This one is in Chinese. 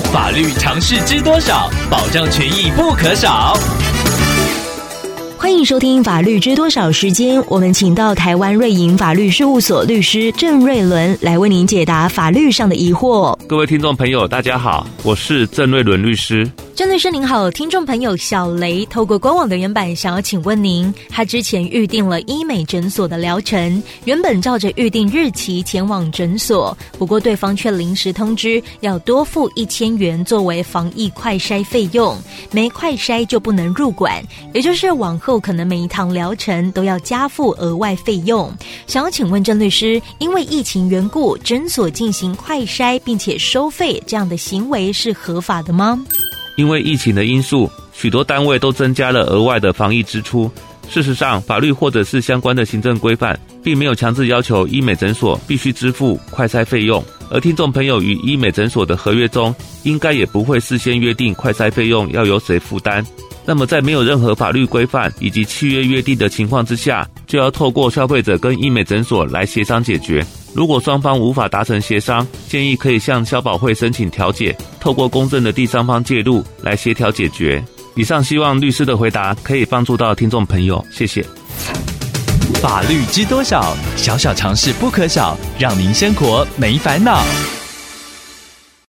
法律常识知多少，保障权益不可少。 欢迎收听法律知多少时间，我们请到台湾瑞银法律事务所律师郑瑞伦来为您解答法律上的疑惑。 各位听众朋友大家好，我是郑瑞伦律师。 郑律师您好，听众朋友小雷透过官网留言板想要请问您，他之前预定了医美诊所的疗程，原本照着预定日期前往诊所，不过对方却临时通知要多付1000元作为防疫快筛费用，没快筛就不能入馆，也就是往后可能每一堂疗程都要加付额外费用。想要请问郑律师，因为疫情缘故，诊所进行快筛并且收费，这样的行为是合法的吗？ 因为疫情的因素，许多单位都增加了额外的防疫支出。事实上，法律或者是相关的行政规范并没有强制要求医美诊所必须支付快筛费用，而听众朋友与医美诊所的合约中应该也不会事先约定快筛费用要由谁负担。那么在没有任何法律规范以及契约约定的情况之下，就要透过消费者跟医美诊所来协商解决。如果双方无法达成协商，建议可以向消保会申请调解，透过公正的第三方介入来协调解决。以上希望律师的回答可以帮助到听众朋友，谢谢。 法律知多少，小小常识不可少，让您生活没烦恼。